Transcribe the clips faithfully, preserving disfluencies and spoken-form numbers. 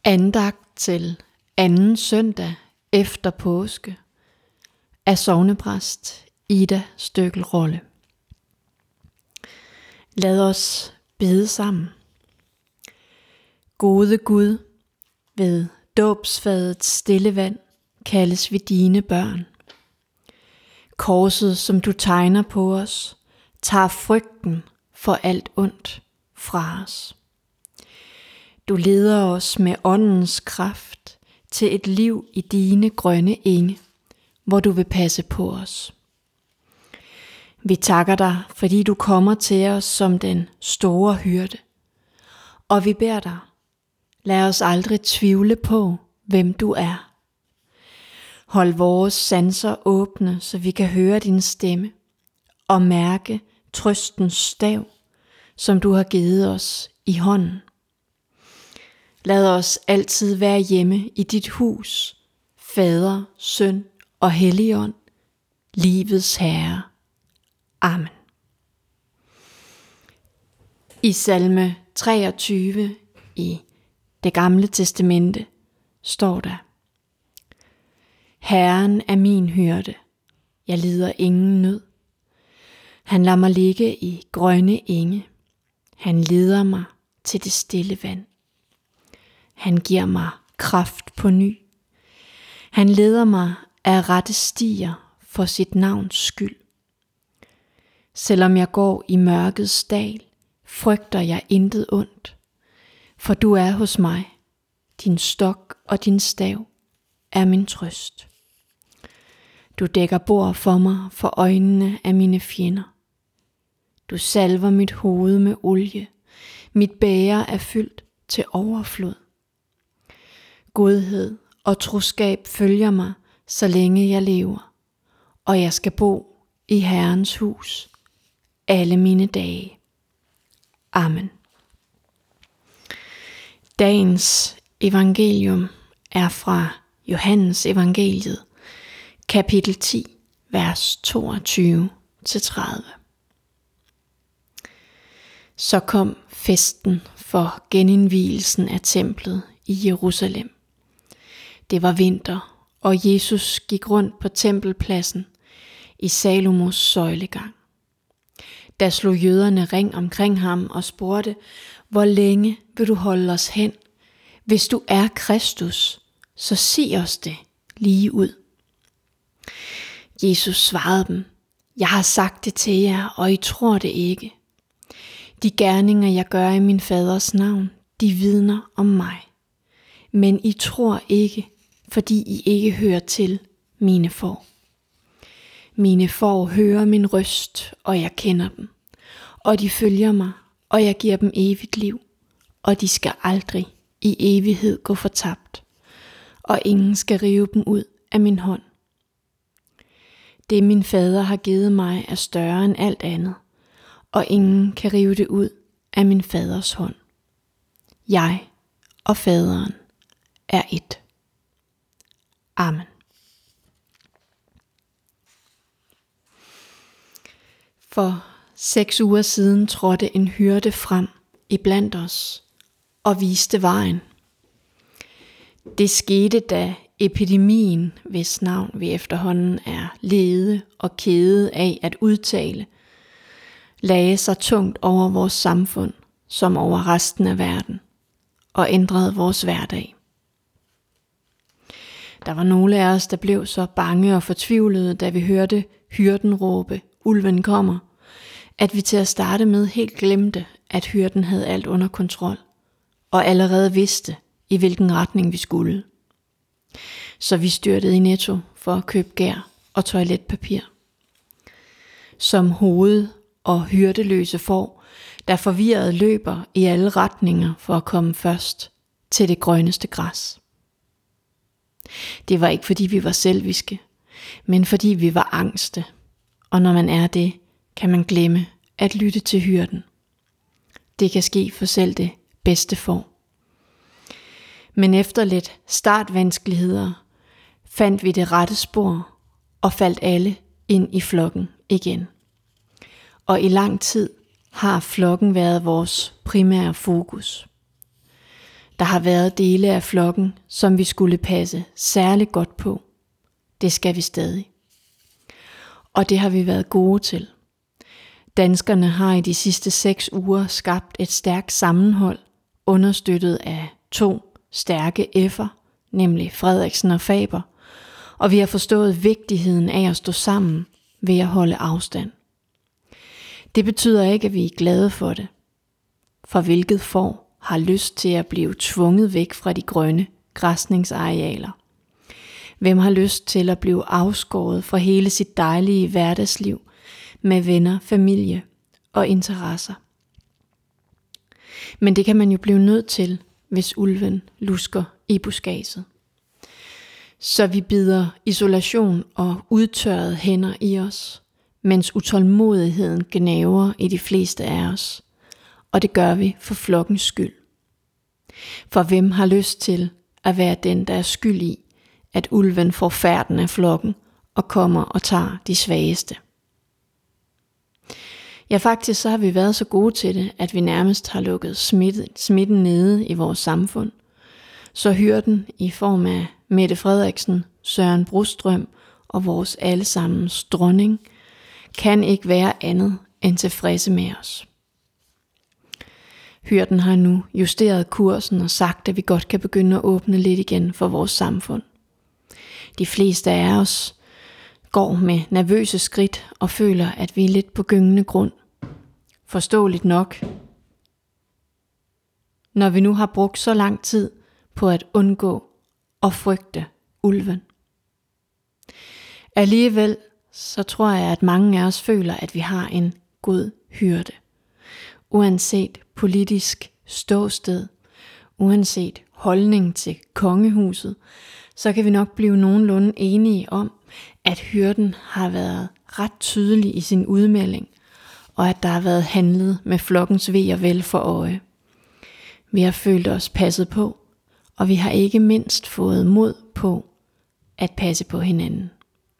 Andagt til anden søndag efter påske af sognepræst Ida Støckel Rolle. Lad os bede sammen. Gode Gud, ved dåbsfadets stille vand kaldes vi dine børn. Korset, som du tegner på os, tager frygten for alt ondt fra os. Du leder os med åndens kraft til et liv i dine grønne enge, hvor du vil passe på os. Vi takker dig, fordi du kommer til os som den store hyrde. Og vi beder dig, lad os aldrig tvivle på, hvem du er. Hold vores sanser åbne, så vi kan høre din stemme og mærke trøstens stav, som du har givet os i hånden. Lad os altid være hjemme i dit hus, Fader, Søn og Helligånd, livets Herre. Amen. I salme treogtyve i Det Gamle Testamente står der: Herren er min hyrde, jeg lider ingen nød. Han lader mig ligge i grønne enge, han leder mig til det stille vand. Han giver mig kraft på ny. Han leder mig af rette stier for sit navns skyld. Selvom jeg går i mørkets dal, frygter jeg intet ondt, for du er hos mig. Din stok og din stav er min trøst. Du dækker bord for mig for øjnene af mine fjender. Du salver mit hoved med olie. Mit bæger er fyldt til overflod. Godhed og troskab følger mig, så længe jeg lever, og jeg skal bo i Herrens hus alle mine dage. Amen. Dagens evangelium er fra Johannes evangeliet, kapitel ti, vers toogtyve til tredive. Så kom festen for genindvielsen af templet i Jerusalem. Det var vinter, og Jesus gik rundt på tempelpladsen i Salomos søjlegang. Der slog jøderne ring omkring ham og spurgte, hvor længe vil du holde os hen? Hvis du er Kristus, så sig os det lige ud. Jesus svarede dem, jeg har sagt det til jer, og I tror det ikke. De gerninger, jeg gør i min faders navn, de vidner om mig. Men I tror ikke, fordi I ikke hører til mine får. Mine får hører min røst, og jeg kender dem. Og de følger mig, og jeg giver dem evigt liv. Og de skal aldrig i evighed gå fortabt. Og ingen skal rive dem ud af min hånd. Det min fader har givet mig er større end alt andet. Og ingen kan rive det ud af min faders hånd. Jeg og faderen er ét. Amen. For seks uger siden trådte en hyrde frem iblandt os og viste vejen. Det skete, da epidemien, hvis navn vi efterhånden er lede og kede af at udtale, lagde sig tungt over vores samfund som over resten af verden og ændrede vores hverdag. Der var nogle af os, der blev så bange og fortvivlede, da vi hørte hyrden råbe, ulven kommer, at vi til at starte med helt glemte, at hyrden havde alt under kontrol, og allerede vidste, i hvilken retning vi skulle. Så vi styrtede i Netto for at købe gær og toiletpapir. Som hoved- og hyrdeløse får, der forvirret løber i alle retninger for at komme først til det grønneste græs. Det var ikke fordi vi var selviske, men fordi vi var angste, og når man er det, kan man glemme at lytte til hyrden. Det kan ske for selv det bedste får. Men efter lidt startvanskeligheder fandt vi det rette spor og faldt alle ind i flokken igen. Og i lang tid har flokken været vores primære fokus. Der har været dele af flokken, som vi skulle passe særligt godt på. Det skal vi stadig. Og det har vi været gode til. Danskerne har i de sidste seks uger skabt et stærkt sammenhold, understøttet af to stærke F'er, nemlig Frederiksen og Faber, og vi har forstået vigtigheden af at stå sammen ved at holde afstand. Det betyder ikke, at vi er glade for det. For hvilket får har lyst til at blive tvunget væk fra de grønne græsningsarealer? Hvem har lyst til at blive afskåret fra hele sit dejlige hverdagsliv med venner, familie og interesser? Men det kan man jo blive nødt til, hvis ulven lusker i buskadset. Så vi bider isolation og udtørrede hænder i os, mens utålmodigheden gnaver i de fleste af os. Og det gør vi for flokkens skyld. For hvem har lyst til at være den, der er skyld i, at ulven får færden af flokken og kommer og tager de svageste? Ja, faktisk så har vi været så gode til det, at vi nærmest har lukket smitten, smitten nede i vores samfund. Så hyrden i form af Mette Frederiksen, Søren Brostrøm og vores allesammens dronning kan ikke være andet end tilfredse med os. Hyrden har nu justeret kursen og sagt, at vi godt kan begynde at åbne lidt igen for vores samfund. De fleste af os går med nervøse skridt og føler, at vi er lidt på gyngende grund. Forståeligt nok, når vi nu har brugt så lang tid på at undgå og frygte ulven. Alligevel så tror jeg, at mange af os føler, at vi har en god hyrde. Uanset politisk ståsted, uanset holdning til kongehuset, så kan vi nok blive nogenlunde enige om, at hyrden har været ret tydelig i sin udmelding, og at der har været handlet med flokkens ve og vel for øje. Vi har følt os passet på, og vi har ikke mindst fået mod på at passe på hinanden.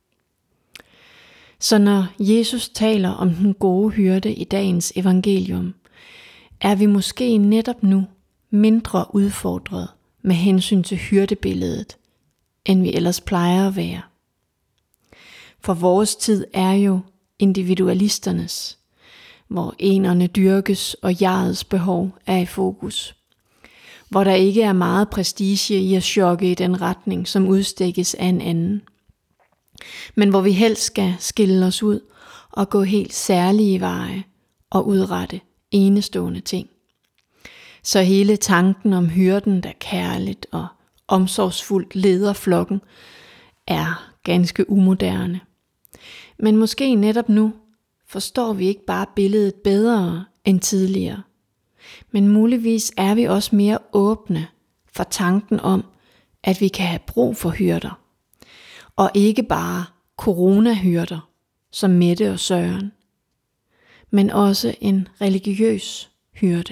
Så når Jesus taler om den gode hyrde i dagens evangelium, er vi måske netop nu mindre udfordret med hensyn til hyrdebilledet, end vi ellers plejer at være. For vores tid er jo individualisternes, hvor enerne dyrkes og jegets behov er i fokus. Hvor der ikke er meget prestige i at chokke i den retning, som udstikkes af en anden. Men hvor vi helst skal skille os ud og gå helt særlige veje og udrette enestående ting. Så hele tanken om hyrden, der kærligt og omsorgsfuldt leder flokken, er ganske umoderne. Men måske netop nu forstår vi ikke bare billedet bedre end tidligere. Men muligvis er vi også mere åbne for tanken om, at vi kan have brug for hyrder. Og ikke bare coronahyrder, som Mette og Søren, men også en religiøs hyrde.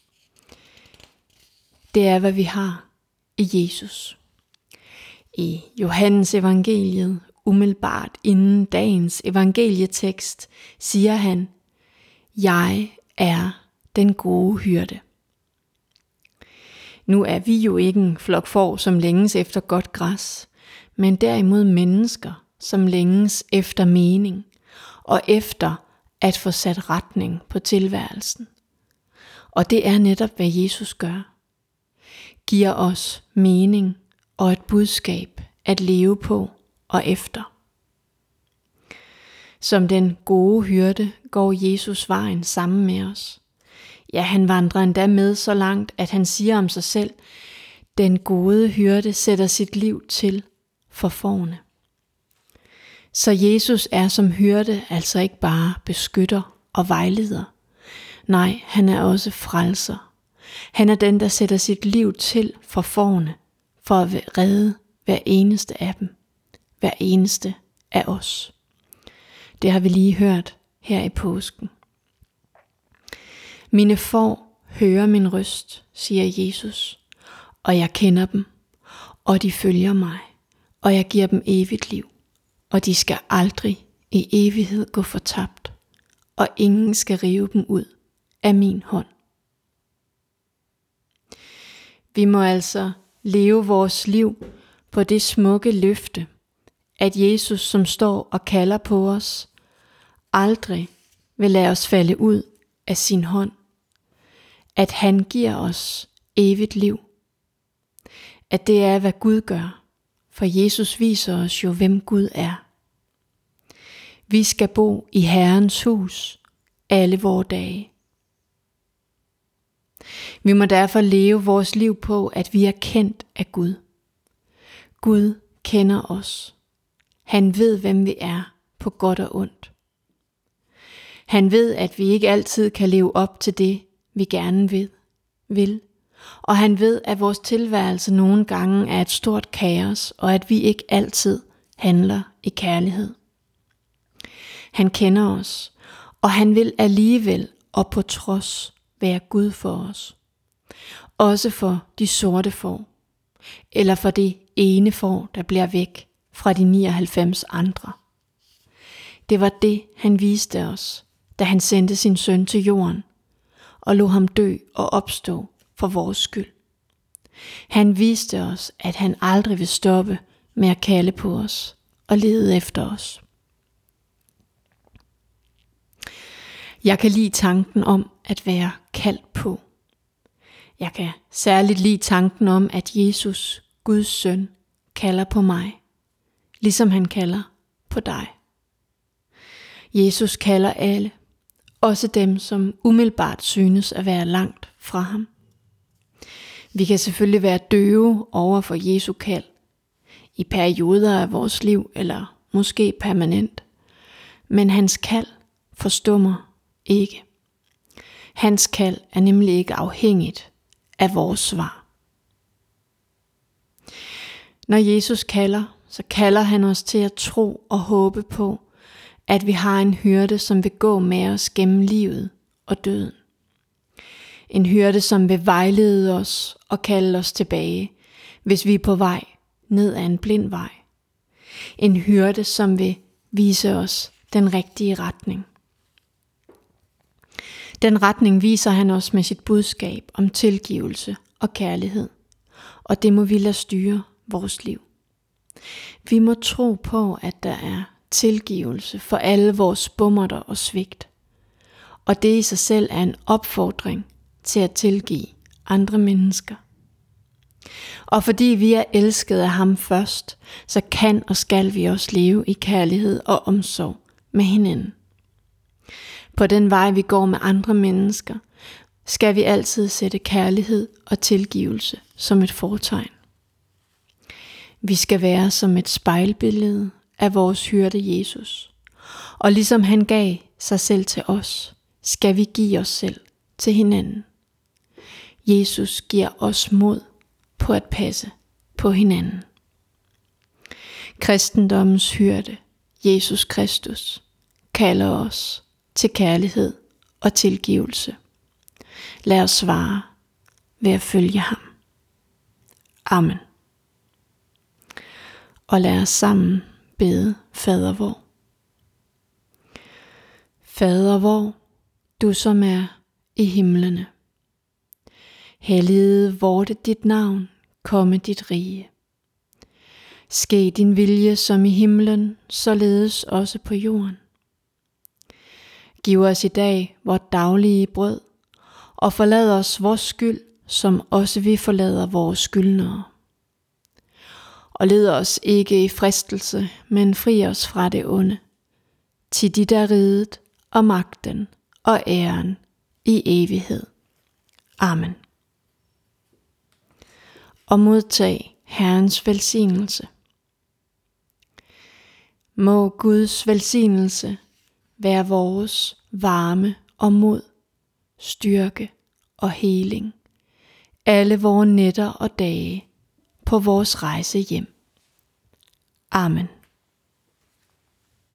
Det er, hvad vi har i Jesus. I Johannes evangeliet, umiddelbart inden dagens evangelietekst, siger han, jeg er den gode hyrde. Nu er vi jo ikke en flok får, som længes efter godt græs, men derimod mennesker, som længes efter mening og efter at få sat retning på tilværelsen. Og det er netop, hvad Jesus gør. Giver os mening og et budskab at leve på og efter. Som den gode hyrde går Jesus vejen sammen med os. Ja, han vandrer endda med så langt, at han siger om sig selv, den gode hyrde sætter sit liv til for fårene. Så Jesus er som hyrde altså ikke bare beskytter og vejleder. Nej, han er også frelser. Han er den, der sætter sit liv til for fårene, for at redde hver eneste af dem. Hver eneste af os. Det har vi lige hørt her i påsken. Mine får hører min røst, siger Jesus, og jeg kender dem, og de følger mig, og jeg giver dem evigt liv, og de skal aldrig i evighed gå fortabt, og ingen skal rive dem ud af min hånd. Vi må altså leve vores liv på det smukke løfte, at Jesus, som står og kalder på os, aldrig vil lade os falde ud af sin hånd. At han giver os evigt liv. At det er, hvad Gud gør, for Jesus viser os jo, hvem Gud er. Vi skal bo i Herrens hus alle vore dage. Vi må derfor leve vores liv på, at vi er kendt af Gud. Gud kender os. Han ved, hvem vi er på godt og ondt. Han ved, at vi ikke altid kan leve op til det, vi gerne vil. vil. Og han ved, at vores tilværelse nogle gange er et stort kaos, og at vi ikke altid handler i kærlighed. Han kender os, og han vil alligevel og på trods være Gud for os. Også for de sorte får, eller for det ene får, der bliver væk fra de nioghalvfems andre. Det var det, han viste os, da han sendte sin søn til jorden, og lod ham dø og opstå for vores skyld. Han viste os, at han aldrig vil stoppe med at kalde på os og lede efter os. Jeg kan lide tanken om at være kaldt på. Jeg kan særligt lide tanken om, at Jesus, Guds søn, kalder på mig, ligesom han kalder på dig. Jesus kalder alle, også dem, som umiddelbart synes at være langt fra ham. Vi kan selvfølgelig være døve over for Jesu kald, i perioder af vores liv, eller måske permanent. Men hans kald forstummer ikke. Hans kald er nemlig ikke afhængigt af vores svar. Når Jesus kalder, så kalder han os til at tro og håbe på, at vi har en hyrde, som vil gå med os gennem livet og døden. En hyrde, som vil vejlede os og kalde os tilbage, hvis vi er på vej ned ad en blind vej. En hyrde, som vil vise os den rigtige retning. Den retning viser han os med sit budskab om tilgivelse og kærlighed, og det må vi lade styre vores liv. Vi må tro på, at der er tilgivelse for alle vores bummerter og svigt, og det i sig selv er en opfordring til at tilgive andre mennesker. Og fordi vi er elsket af ham først, så kan og skal vi også leve i kærlighed og omsorg med hinanden. På den vej vi går med andre mennesker, skal vi altid sætte kærlighed og tilgivelse som et fortegn. Vi skal være som et spejlbillede af vores hyrde Jesus. Og ligesom han gav sig selv til os, skal vi give os selv til hinanden. Jesus giver os mod på at passe på hinanden. Kristendommens hyrde, Jesus Kristus, kalder os til kærlighed og tilgivelse. Lad os svare ved at følge ham. Amen. Og lad os sammen bede Fader vor. Fader vor, du som er i himlene. Helliget vorte dit navn, komme dit rige. Ske din vilje som i himlen, således også på jorden. Giv os i dag vort daglige brød, og forlad os vores skyld, som også vi forlader vores skyldnere. Og led os ikke i fristelse, men fri os fra det onde. Til dit er riget og magten og æren i evighed. Amen. Og modtag Herrens velsignelse. Må Guds velsignelse være vores varme og mod, styrke og heling, alle vore nætter og dage på vores rejse hjem. Amen.